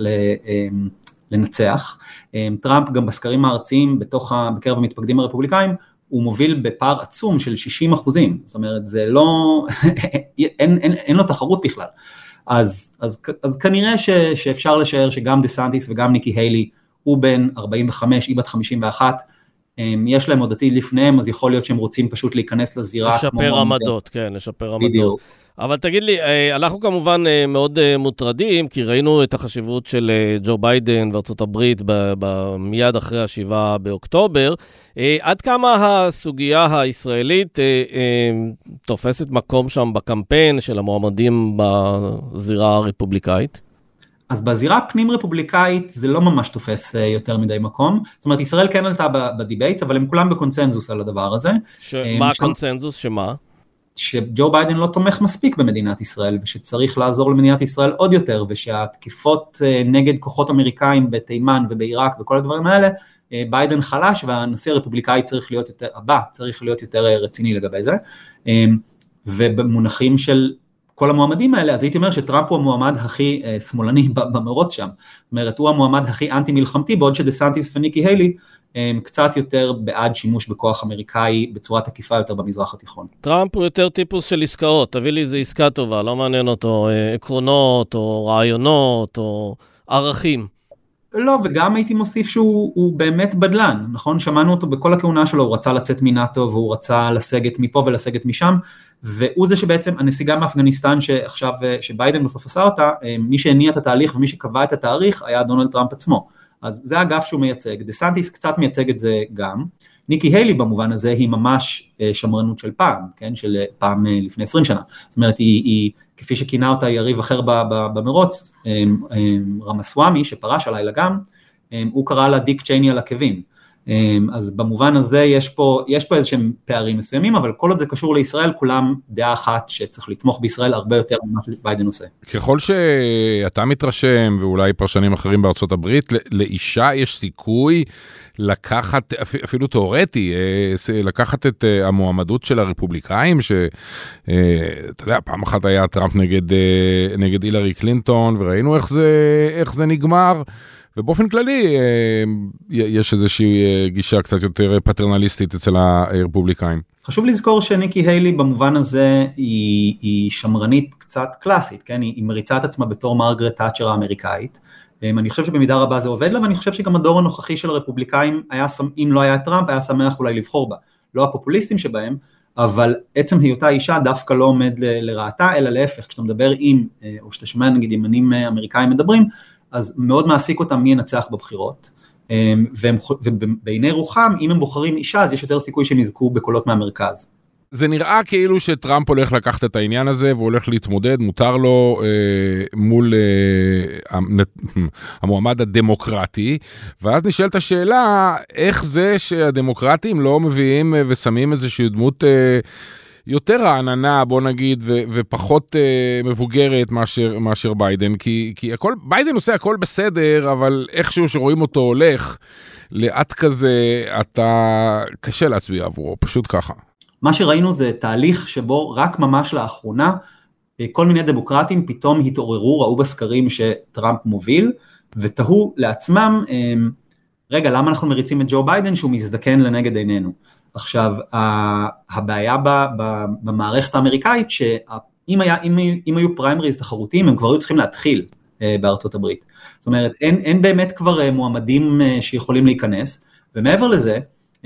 S6: לנצח. טראמפ גם בסקרים הארציים בתוך, בקרב המתפקדים הרפובליקאים, הוא מוביל בפער עצום של שישים אחוזים, זאת אומרת זה לא, אין, אין, אין לו תחרות בכלל. אז, אז, אז כנראה ש, שאפשר לשער שגם דסנטיס וגם ניקי היילי, הוא בין ארבעים וחמש, היא בת חמישים ואחת, יש להם עוד עתיד לפניהם, אז יכול להיות שהם רוצים פשוט להיכנס לזירה.
S2: לשפר עמדות, כן, לשפר עמדות. אבל תגיד לי, אנחנו כמובן מאוד מוטרדים, כי ראינו את החשיבות של ג'ו ביידן וארצות הברית מיד אחרי השבעה באוקטובר. עד כמה הסוגיה הישראלית תופסת מקום שם בקמפיין של המועמדים בזירה הרפובליקאית?
S6: אז בזירה הפנים רפובליקאית זה לא ממש תופס יותר מדי מקום, זאת אומרת ישראל כן עלתה בדיבייטס, אבל הם כולם בקונצנזוס על הדבר הזה.
S2: מה הקונצנזוס? שמה?
S6: שג'ו ביידן לא תומך מספיק במדינת ישראל, ושצריך לעזור למדינת ישראל עוד יותר, ושהתקיפות נגד כוחות אמריקאים בתימן ובעיראק וכל הדברים האלה, ביידן חלש והנשיא הרפובליקאי צריך להיות יותר, הבא צריך להיות יותר רציני לגבי זה, ובמונחים של כל המועמדים האלה, אז הייתי אומר שטראמפ הוא המועמד הכי אה, שמאלני במרוץ שם, זאת אומרת, הוא המועמד הכי אנטי מלחמתי, בעוד שדסנטיס וניקי היילי, אה, קצת יותר בעד שימוש בכוח אמריקאי, בצורה תקיפה יותר במזרח התיכון.
S2: טראמפ הוא יותר טיפוס של עסקאות, תביא לי איזה עסקה טובה, לא מעניין אותו אה, עקרונות, או רעיונות, או ערכים.
S6: לא, וגם הייתי מוסיף שהוא באמת בדלן, נכון? שמענו אותו בכל הכהונה שלו, הוא רצה לצאת מנאטו, והוא רצה לסגת מפה ולסגת משם, והוא זה שבעצם הנסיגה מאפגניסטן שעכשיו, שביידן בסוף עשה אותה, מי שהניע את התהליך ומי שקבע את התאריך היה דונלד טראמפ עצמו. אז זה האגף שהוא מייצג, דה סנטיס קצת מייצג את זה גם, ניקי היילי במובן הזה היא ממש שמרנות של פעם, כן? של פעם לפני עשרים שנה, זאת אומרת היא, היא כפי שכינה אותה יריב אחר במרוץ, רמסוואמי שפרש הלילה גם, הוא קרא לה דיק צ'ייני על עקבים, אז במובן הזה יש פה, יש פה איזשהם פערים מסוימים, אבל כל עוד זה קשור לישראל, כולם דעה אחת שצריך לתמוך בישראל הרבה יותר ממה שביידן עושה.
S1: ככל שאתה מתרשם, ואולי פרשנים אחרים בארצות הברית, לאישה יש סיכוי לקחת, אפילו תיאורטי, לקחת את המועמדות של הרפובליקאים, שאתה יודע, פעם אחת היה טראמפ נגד, נגד הילרי קלינטון, וראינו איך זה, איך זה נגמר, ובאופן כללי, יש איזושהי גישה קצת יותר פטרנליסטית אצל הרפובליקאים.
S6: חשוב לזכור שניקי היילי במובן הזה היא, היא שמרנית קצת קלאסית, כן? היא, היא מריצה את עצמה בתור מרגרט תאצ'ר האמריקאית, אני חושב שבמידה רבה זה עובד לה, ואני חושב שגם הדור הנוכחי של הרפובליקאים, היה, אם לא היה טראמפ, היה שמח אולי לבחור בה. לא הפופוליסטים שבהם, אבל עצם היותה אישה דווקא לא עומד לרעתה, אלא להפך, כשאתה מדבר עם, או שאתה שומע נגיד ימנים אמריקאים מדברים, אז מאוד מעסיק אותם מי ינצח בבחירות, ובעיני רוחם, אם הם בוחרים אישה, אז יש יותר סיכוי שהם יזכו בקולות מהמרכז.
S1: זה נראה כאילו שטראמפ הולך לקחת את העניין הזה, והוא הולך להתמודד, מותר לו אה, מול אה, המועמד הדמוקרטי, ואז נשאלת השאלה, איך זה שהדמוקרטים לא מביאים ושמים איזושהי דמות אה, יותר רעננה, בוא נגיד, ו- ופחות uh, מבוגרת מאשר, מאשר ביידן, כי, כי הכל, ביידן עושה הכל בסדר, אבל איכשהו שרואים אותו הולך, לאט כזה, אתה קשה להצביע עבורו, פשוט ככה.
S6: מה שראינו זה תהליך שבו רק ממש לאחרונה, כל מיני דמוקרטים פתאום התעוררו, ראו בסקרים שטראמפ מוביל, ותהו לעצמם, רגע, למה אנחנו מריצים את ג'ו ביידן שהוא מזדקן לנגד עינינו? עכשיו, הבעיה במערכת האמריקאית, שאם היה, אם, אם היו פריימריז תחרותיים, הם כבר היו צריכים להתחיל בארצות הברית. זאת אומרת, אין, אין באמת כבר מועמדים שיכולים להיכנס, ומעבר לזה,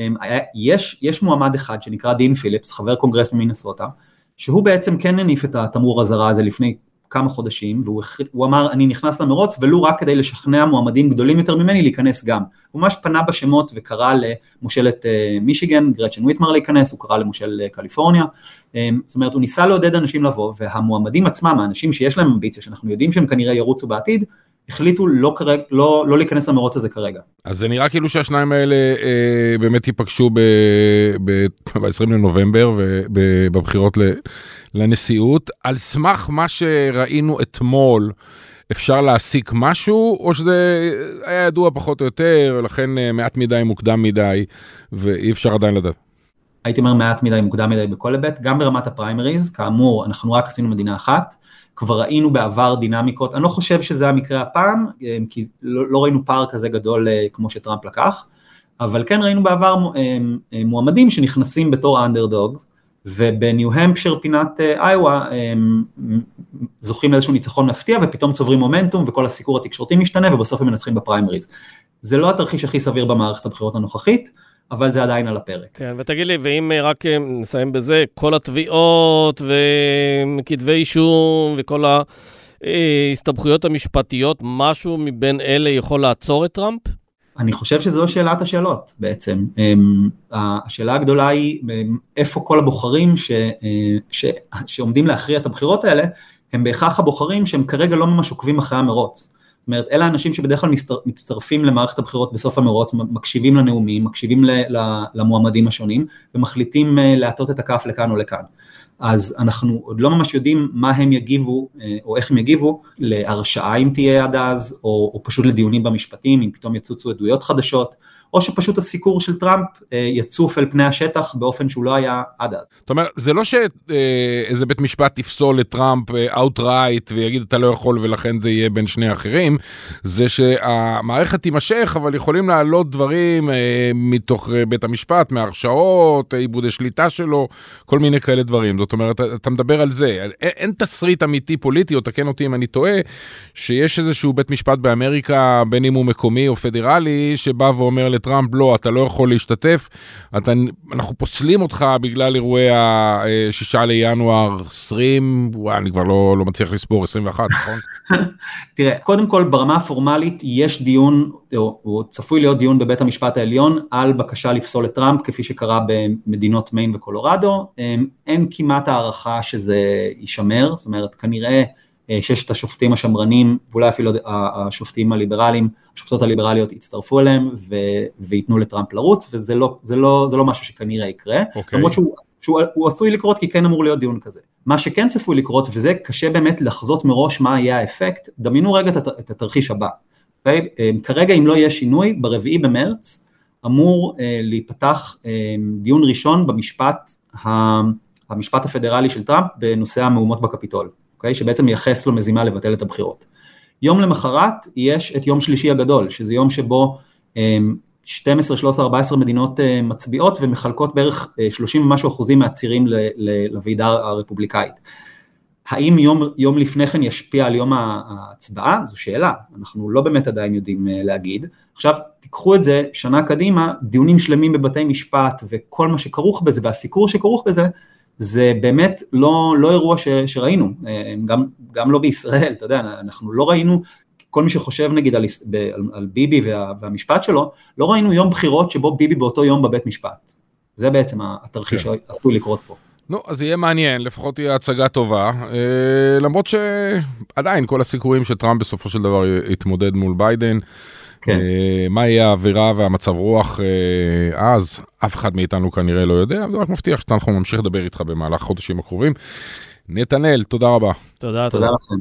S6: יש, יש מועמד אחד שנקרא דין פיליפס, חבר קונגרס ממינסוטה, שהוא בעצם כן הניף את התמרור הזרה הזה לפני כמה חודשים, והוא אמר, אני נכנס למרוץ, ולו רק כדי לשכנע מועמדים גדולים יותר ממני להיכנס גם. הוא ממש פנה בשמות וקרא למושלת מישיגן, גרצ'ן וויטמר להיכנס, הוא קרא למושל קליפורניה, זאת אומרת, הוא ניסה לעודד אנשים לבוא, והמועמדים עצמם, האנשים שיש להם אמביציה, שאנחנו יודעים שהם כנראה ירוצו בעתיד, החליטו לא, כרג, לא, לא להיכנס למרוץ הזה כרגע.
S1: אז זה נראה כאילו שהשניים האלה אה, באמת ייפגשו ב-עשרים לנובמבר ובבחירות לנשיאות. על סמך מה שראינו אתמול, אפשר להסיק משהו, או שזה היה ידוע פחות או יותר, לכן מעט מדי מוקדם מדי, ואי אפשר עדיין לדעת?
S6: הייתי אומר מעט מדי מוקדם מדי בכל היבט, גם ברמת הפריימריז, כאמור, אנחנו רק עשינו מדינה אחת, כבר ראינו בעבר דינמיקות, אני לא חושב שזה המקרה הפעם, כי לא, לא ראינו פער כזה גדול כמו שטראמפ לקח, אבל כן ראינו בעבר מועמדים שנכנסים בתור אנדרדוגס, ובניו-המפשר פינת איווה, זוכים לאיזשהו ניצחון מפתיע, ופתאום צוברים מומנטום, וכל הסיקור התקשורתי משתנה, ובסוף הם מנצחים בפריימריז. זה לא התרחיש הכי סביר במערכת הבחירות הנוכחית, אבל זה עדיין על הפרק.
S2: כן, ותגיד לי, ואם רק נסיים בזה, כל התביעות וכתבי אישום וכל ההסתבכויות המשפטיות, משהו מבין אלה יכול לעצור את טראמפ?
S6: אני חושב שזו שאלת השאלות בעצם. השאלה הגדולה היא, איפה כל הבוחרים ש, ש, שעומדים להכריע את הבחירות האלה, הם בהכרח הבוחרים שהם כרגע לא ממש עוקבים אחרי המרוץ. זאת אומרת, אלה האנשים שבדרך כלל מצטרפים למערכת הבחירות בסוף המרוץ, מקשיבים לנאומים, מקשיבים למועמדים השונים, ומחליטים להטות את הכף לכאן או לכאן. אז אנחנו עוד לא ממש יודעים מה הם יגיבו, או איך הם יגיבו, להרשעה אם תהיה עד אז, או, או פשוט לדיונים במשפטים, אם פתאום יצוצו עדויות חדשות, או שפשוט הסיקור של טראמפ יצוף אל פני השטח באופן שהוא לא היה עד אז.
S1: זאת אומרת, זה לא שאיזה בית משפט תפסול את טראמפ outright ויגיד אתה לא יכול ולכן זה יהיה בין שני אחרים, זה שהמערכת תימשך, אבל יכולים לעלות דברים מתוך בית המשפט, מהרשעות, עיבודי שליטה שלו, כל מיני כאלה דברים. זאת אומרת, אתה מדבר על זה. אין תסריט אמיתי פוליטי, או תקן אותי אם אני טועה, שיש איזשהו בית משפט באמריקה, בין אם הוא מקומי או פדרלי, שבא ואומר לטראמפ, לא, אתה לא יכול להשתתף, אתה, אנחנו פוסלים אותך בגלל אירועי השישה לינואר עשרים, וואי, אני כבר לא, לא מצליח לספור, עשרים ואחת, נכון?
S6: תראה, קודם כל, ברמה הפורמלית, יש דיון, או, או צפוי להיות דיון בבית המשפט העליון, על בקשה לפסול את טראמפ, כפי שקרה במדינות מיין וקולורדו, אין כמעט הערכה שזה יישמר, זאת אומרת, כנראה, ששת השופטים השמרנים, ואולי אפילו השופטים הליברליים, השופטות הליברליות יצטרפו אליהם, ויתנו לטראמפ לרוץ, וזה לא, זה לא, זה לא משהו שכנראה יקרה, okay. למרות שהוא, שהוא, הוא עשוי לקרות, כי כן אמור להיות דיון כזה. מה שכן צפוי לקרות, וזה קשה באמת לחזות מראש מה יהיה האפקט, דמיינו רגע את התרחיש הבא. Okay? כרגע אם לא יהיה שינוי, ברביעי במרץ, אמור להיפתח דיון ראשון במשפט, המשפט הפדרלי של טראמפ, בנושא המהומות בקפיטול. Okay, שבעצם מייחס לו מזימה לבטל את הבחירות. יום למחרת יש את יום שלישי הגדול, שזה יום שבו שתים עשרה, שלוש עשרה, ארבע עשרה מדינות מצביעות ומחלקות בערך שלושים ומשהו אחוזים מהצירים לוועידה הרפובליקאית. האם יום, יום לפני כן ישפיע על יום ההצבעה? זו שאלה, אנחנו לא באמת עדיין יודעים להגיד. עכשיו תיקחו את זה שנה קדימה, דיונים שלמים בבתי משפט וכל מה שכרוך בזה והסיקור שכרוך בזה, זה באמת לא, לא אירוע ש, שראינו, גם, גם לא בישראל, אתה יודע, אנחנו לא ראינו, כל מי שחושב נגיד על, על, על ביבי וה, והמשפט שלו, לא ראינו יום בחירות שבו ביבי באותו יום בבית משפט. זה בעצם התרחיש כן. שעשוי לקרות פה.
S1: נו, אז יהיה מעניין, לפחות תהיה הצגה טובה, למרות שעדיין כל הסיכויים שטראמפ בסופו של דבר יתמודד מול ביידן, כן. מה יהיה האווירה והמצב רוח אז, אף אחד מאיתנו כנראה לא יודע, אבל זה רק מבטיח שאנחנו נמשיך לדבר איתך במהלך חודשים הקרובים. נתנאל, תודה רבה.
S2: תודה, תודה.
S6: לכם.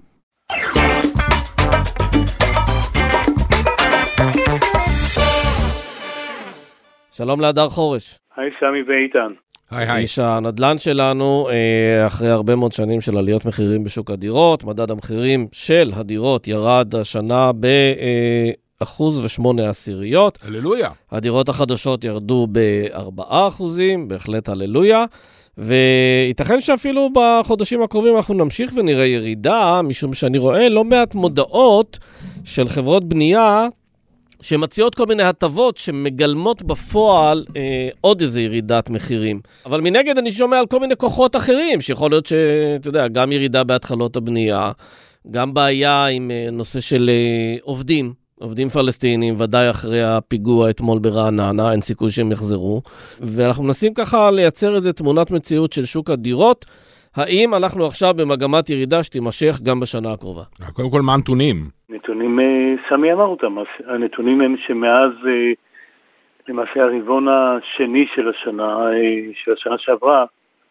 S2: שלום להדר חורש.
S5: היי סמי ואיתן.
S1: היי היי.
S2: איש הנדל"ן שלנו, אחרי הרבה מאוד שנים של עליות מחירים בשוק הדירות, מדד המחירים של הדירות ירד השנה ב... אחוז ושמונה עשיריות.
S1: הללויה.
S2: הדירות החדשות ירדו בארבעה אחוזים, בהחלט הללויה, וייתכן שאפילו בחודשים הקרובים אנחנו נמשיך ונראה ירידה, משום שאני רואה לא מעט מודעות של חברות בנייה, שמציעות כל מיני הטבות שמגלמות בפועל אה, עוד איזה ירידת מחירים. אבל מנגד אני שומע על כל מיני כוחות אחרים, שיכול להיות שאתה יודע, גם ירידה בהתחלות הבנייה, גם בעיה עם אה, נושא של אה, עובדים, עובדים פלסטינים, ודאי אחרי הפיגוע אתמול ברעננה, אין סיכוי שהם יחזרו, ואנחנו מנסים ככה לייצר איזו תמונת מציאות של שוק הדירות, האם אנחנו עכשיו במגמת ירידה שתימשך גם בשנה הקרובה?
S1: קודם כל, מה הנתונים?
S5: נתונים, סמי אמר אותם, הנתונים הם שמאז, למעשה הרבעון השני של השנה, של השנה שעברה,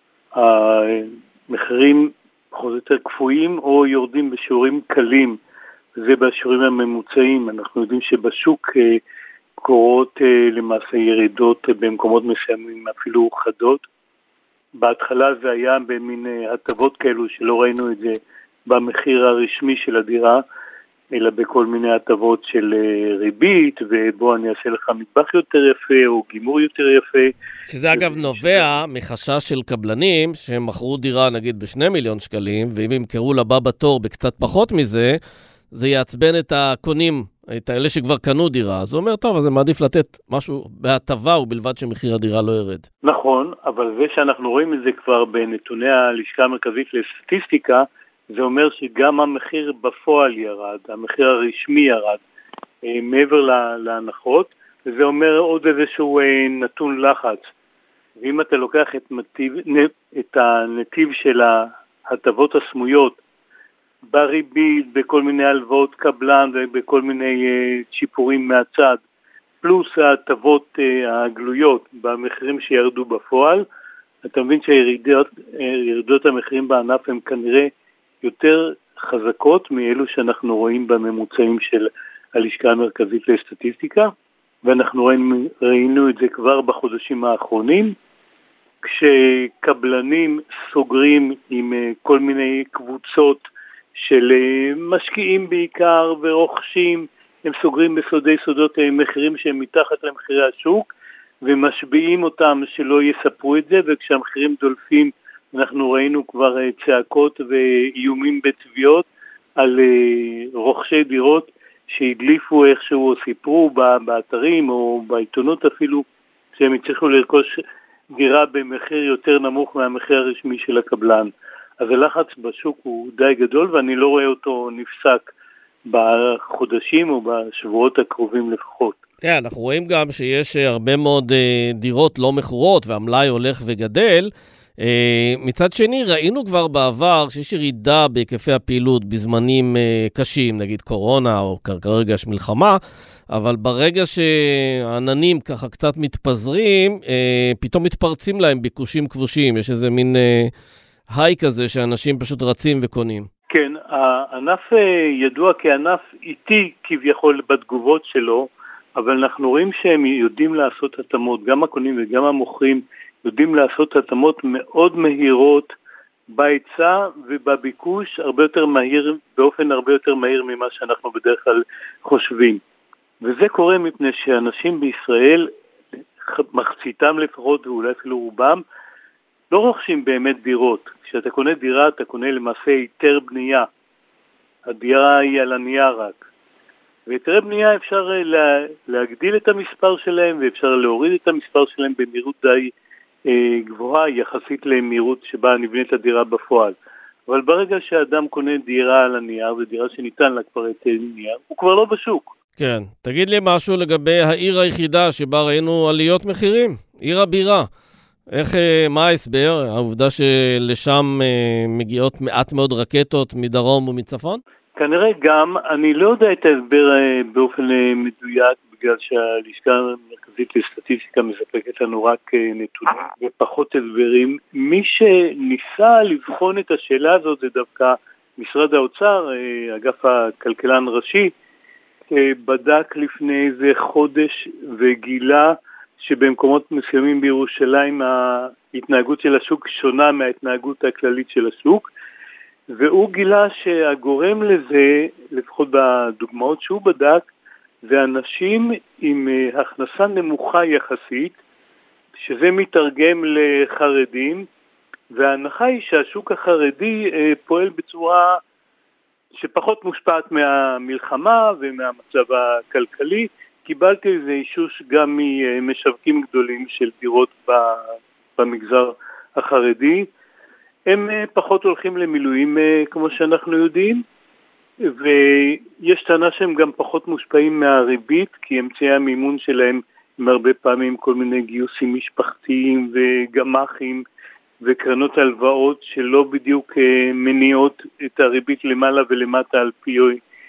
S5: המחירים פחות או יותר קפואים או יורדים בשיעורים קלים, זה בשיעורים הממוצעים. אנחנו יודעים שבשוק קורות למעשה ירידות במקומות מסוימים אפילו חדות. בהתחלה זה היה במין הטבות כאלו שלא ראינו את זה במחיר הרשמי של הדירה, אלא בכל מיני הטבות של ריבית, ובוא אני אעשה לך מטבח יותר יפה או גימור יותר יפה.
S2: שזה אגב נובע מחשש של קבלנים שהם מכרו דירה נגיד בשני מיליון שקלים, ואם הם קראו לבא בתור בקצת פחות מזה, זה יעצבן את הקונים, את האלה שכבר קנו דירה. אז הוא אומר, טוב, אז זה מעדיף לתת משהו בהטבה, ובלבד שמחיר הדירה לא ירד.
S5: נכון, אבל זה שאנחנו רואים את זה כבר בנתוני הלשכה המרכזית לסטטיסטיקה, זה אומר שגם המחיר בפועל ירד, המחיר הרשמי ירד, מעבר להנחות, וזה אומר עוד איזשהו נתון לחץ. ואם אתה לוקח את, מטיב, את הנתיב של ההטבות הסמויות, בריבית, בכל מיני הלוואות קבלן ובכל מיני שיפורים מהצד, פלוס ההטבות הגלויות במחירים שירדו בפועל, אתה מבין שהירידות המחירים בענף הם כנראה יותר חזקות מאלו שאנחנו רואים בממוצעים של הלשכה המרכזית לסטטיסטיקה. ואנחנו ראינו, ראינו את זה כבר בחודשים האחרונים, כשקבלנים סוגרים עם כל מיני קבוצות של משקיעים בעיקר ורוכשים, הם סוגרים בסודי סודות מחירים שהם מתחת למחירי השוק, ומשביעים אותם שלא יספרו את זה, וכשהמחירים דולפים אנחנו ראינו כבר צעקות ואיומים בתביעות על רוכשי דירות שהדליפו איכשהו או סיפרו באתרים או בעיתונות אפילו, שהם הצליחו לרכוש דירה במחיר יותר נמוך מהמחיר הרשמי של הקבלן. אז הלחץ בשוק הוא די גדול, ואני לא רואה אותו נפסק בחודשים או בשבועות הקרובים לפחות.
S2: כן, אנחנו רואים גם שיש הרבה מאוד דירות לא מכורות, והמלאי הולך וגדל. מצד שני, ראינו כבר בעבר שיש ירידה בהיקפי הפעילות בזמנים קשים, נגיד קורונה או כרגע יש מלחמה, אבל ברגע שהעננים ככה קצת מתפזרים, פתאום מתפרצים להם ביקושים כבושים. יש איזה מין היי כזה שאנשים פשוט רצים וקונים.
S5: כן, הענף ידוע כענף איטי כביכול בתגובות שלו, אבל אנחנו רואים שהם יודעים לעשות התאמות, גם הקונים וגם המוכרים יודעים לעשות התאמות מאוד מהירות בהיצע ובביקוש, הרבה יותר מהיר, באופן הרבה יותר מהיר ממה שאנחנו בדרך כלל חושבים. וזה קורה מפני שאנשים בישראל, מחציתם לפחות ואולי אפילו רובם, לא רוכשים באמת דירות. כשאתה קונה דירה, אתה קונה למעשה היתר בנייה. הדירה היא על הנייר רק. והיתרי בנייה אפשר לה, להגדיל את המספר שלהם, ואפשר להוריד את המספר שלהם במהירות די אה, גבוהה, יחסית למהירות שבה נבנית הדירה בפועל. אבל ברגע שאדם קונה דירה על הנייר, ודירה שניתן לה כבר היתר נייר, הוא כבר לא בשוק.
S2: כן, תגיד לי משהו לגבי העיר היחידה שבה ראינו עליות מחירים, עיר הבירה. איך, מה ההסבר? העובדה שלשם מגיעות מעט מאוד רקטות מדרום ומצפון?
S5: כנראה גם, אני לא יודע את ההסבר באופן מדויק, בגלל שהלשכה המרכזית לסטטיסטיקה מספקת לנו רק נתונים ופחות הסברים. מי שניסה לבחון את השאלה הזאת זה דווקא משרד האוצר, אגף הכלכלן ראשי, בדק לפני איזה חודש וגילה שבמקומות מסוימים בירושלים ההתנהגות של השוק שונה מההתנהגות הכללית של השוק, והוא גילה שהגורם לזה, לפחות בדוגמאות שהוא בדק, זה אנשים עם הכנסה נמוכה יחסית, שזה מתרגם לחרדים, וההנחה היא שהשוק החרדי פועל בצורה שפחות מושפעת מהמלחמה ומהמצב הכלכלי. קיבלתי איזה אישוש גם ממשווקים גדולים של דירות במגזר החרדי. הם פחות הולכים למילואים כמו שאנחנו יודעים, ויש טענה שהם גם פחות מושפעים מהריבית, כי אמצעי המימון שלהם הם הרבה פעמים כל מיני גיוסים משפחתיים וגמחים וקרנות הלוואות שלא בדיוק מניעות את הריבית למעלה ולמטה על פי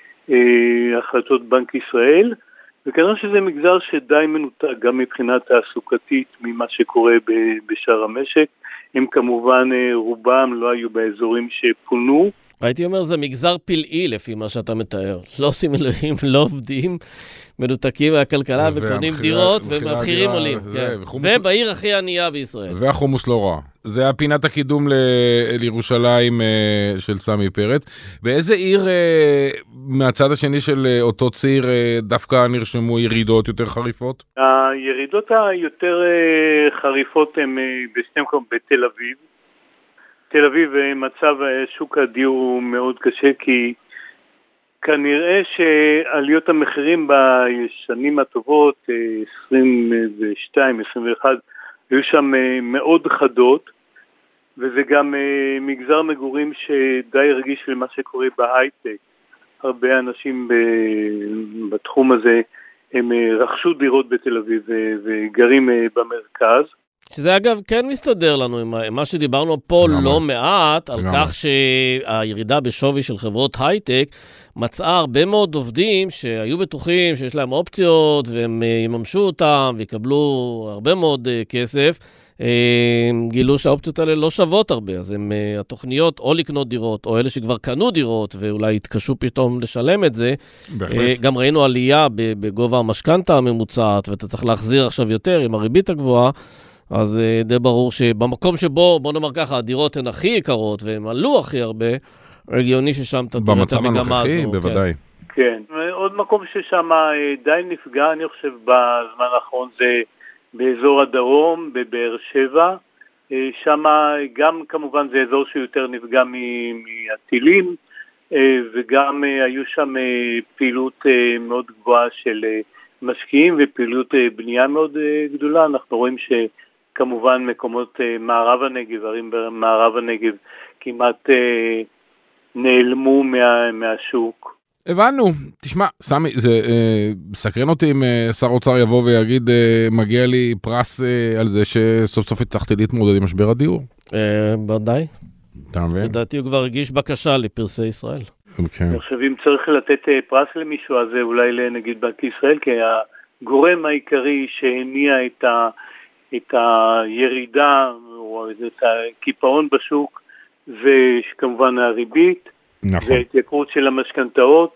S5: החלטות בנק ישראל, וכנראה שזה מגזר שדי מנותק גם מבחינת תעסוקתית ממה שקורה בשאר המשק. הם כמובן רובם לא היו באזורים שפונו.
S2: הייתי אומר זה מגזר פלאי לפי מה שאתה מתאר. לא עושים אלוהים, לא עובדים, מנותקים מהכלכלה וקונים דירות ומחירים עולים. ובעיר הכי ענייה בישראל.
S1: והחומוס לא רע. זה הפינת הקידום לירושלים של סמי פרץ. באיזה עיר מהצד השני של אותו ציר דווקא נרשמו ירידות יותר חריפות?
S5: הירידות היותר חריפות הן בשני מקומות, בתל אביב. תל אביב מצב שוק הדיור הוא מאוד קשה, כי כנראה שעליות המחירים בשנים הטובות, עשרים ושתיים עשרים ואחת, היו שם מאוד חדות, וזה גם מגזר מגורים שדי רגיש למה שקורה בהייטק. הרבה אנשים בתחום הזה הם רכשו דירות בתל אביב וגרים במרכז.
S2: שזה אגב כן מסתדר לנו עם מה שדיברנו פה לא מעט, על כך שהירידה בשווי של חברות הייטק מצאה הרבה מאוד עובדים שהיו בטוחים שיש להם אופציות והם יממשו אותם ויקבלו הרבה מאוד כסף, גילו שהאופציות האלה לא שוות הרבה, אז הם, התוכניות או לקנות דירות, או אלה שכבר קנו דירות, ואולי התקשו פתאום לשלם את זה. בהחלט. גם ראינו עלייה בגובה המשכנתה הממוצעת, ואתה צריך להחזיר עכשיו יותר עם הריבית הגבוהה, אז די ברור שבמקום שבו, בוא נאמר ככה, הדירות הן הכי יקרות, והן עלו הכי הרבה, הגיוני ששם אתה תראה את המגמה הזו.
S1: במצב הנוכחי, בוודאי.
S5: כן, עוד מקום ששם די נפגע, אני חושב, בזמן האחרון זה באזור הדרום, בבאר שבע, שם גם כמובן זה אזור שיותר נפגע מהטילים, וגם היו שם פעילות מאוד גבוהה של משקיעים ופעילות בנייה מאוד גדולה. אנחנו רואים שכמובן מקומות מערב הנגב, ערים במערב הנגב כמעט נעלמו מה, מהשוק.
S1: הבנו. תשמע, סמי, זה אה, סקרן אותי אם אה, שר אוצר יבוא ויגיד, אה, מגיע לי פרס אה, על זה שסוף סוף הצלחתי להתמודד עם משבר הדיור.
S2: אה, בוודאי.
S1: אתה מבין?
S2: לדעתי הוא כבר הגיש בקשה לפרסי ישראל.
S1: Okay.
S5: אני חושב אם צריך לתת אה, פרס למישהו, אז אולי לנגיד בנק ישראל, כי הגורם העיקרי שהניע את, ה, את הירידה, או את הקיפאון בשוק, זה כמובן הריבית,
S1: נכון.
S5: וההתייקרות של המשכנתאות,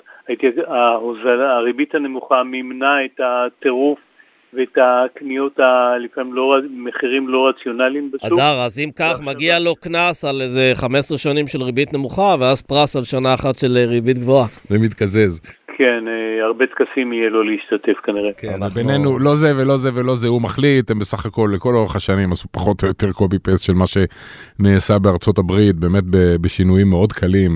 S5: הריבית הנמוכה מימנה את הטירוף ואת הקניות, לפעמים לא, מחירים לא רציונליים בשוק.
S2: אדר, אז אם כך, מגיע לו כנס על איזה חמש עשרה שנים של ריבית נמוכה, ואז פרס על שנה אחת של ריבית גבוהה.
S1: זה מתקזז.
S5: כן, הרבה תקסים יהיה לו להשתתף כנראה.
S1: כן, בינינו, לא זה ולא זה ולא זה, הוא מחליט, הם בסך הכל, לכל אורך השנים, עשו פחות או יותר קובי פייס של מה שנעשה בארצות הברית, באמת בשינויים מאוד קלים,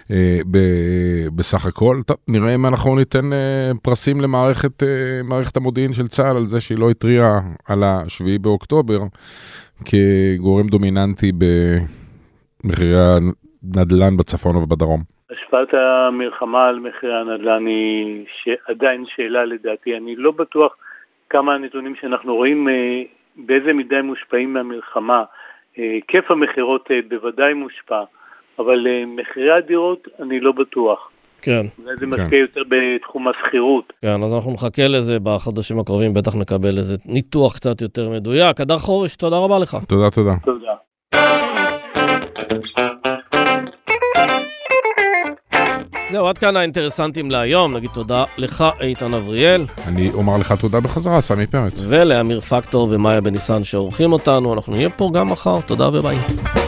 S1: בסך הכל. טוב, נראה אם אנחנו ניתן פרסים למערכת מערכת המודיעין של צה"ל, על זה שהיא לא התריעה על השביעי באוקטובר, כגורם דומיננטי במחירי הנדל"ן בצפון ובדרום.
S5: השפעת המלחמה על מחירי הנדל"ן היא עדיין שאלה לדעתי. אני לא בטוח כמה הנתונים שאנחנו רואים, באיזה מידה הם מושפעים מהמלחמה. כיף המחירות בוודאי מושפע, אבל מחירי הדירות אני לא בטוח.
S2: כן.
S5: זה משקיע יותר בתחום הסחירות.
S2: כן, אז אנחנו נחכה לזה בחודשים הקרובים, בטח נקבל איזה ניתוח קצת יותר מדויק. אדר חורש, תודה רבה לך.
S1: תודה, תודה.
S5: תודה.
S2: זהו, עד כאן האינטרסנטים להיום. נגיד תודה לך, איתן אבריאל.
S1: אני אומר לך תודה בחזרה, סמי פרץ.
S2: ולאמיר פקטור ומאיה בניסן שעורכים אותנו. אנחנו נהיה פה גם מחר. תודה וביי.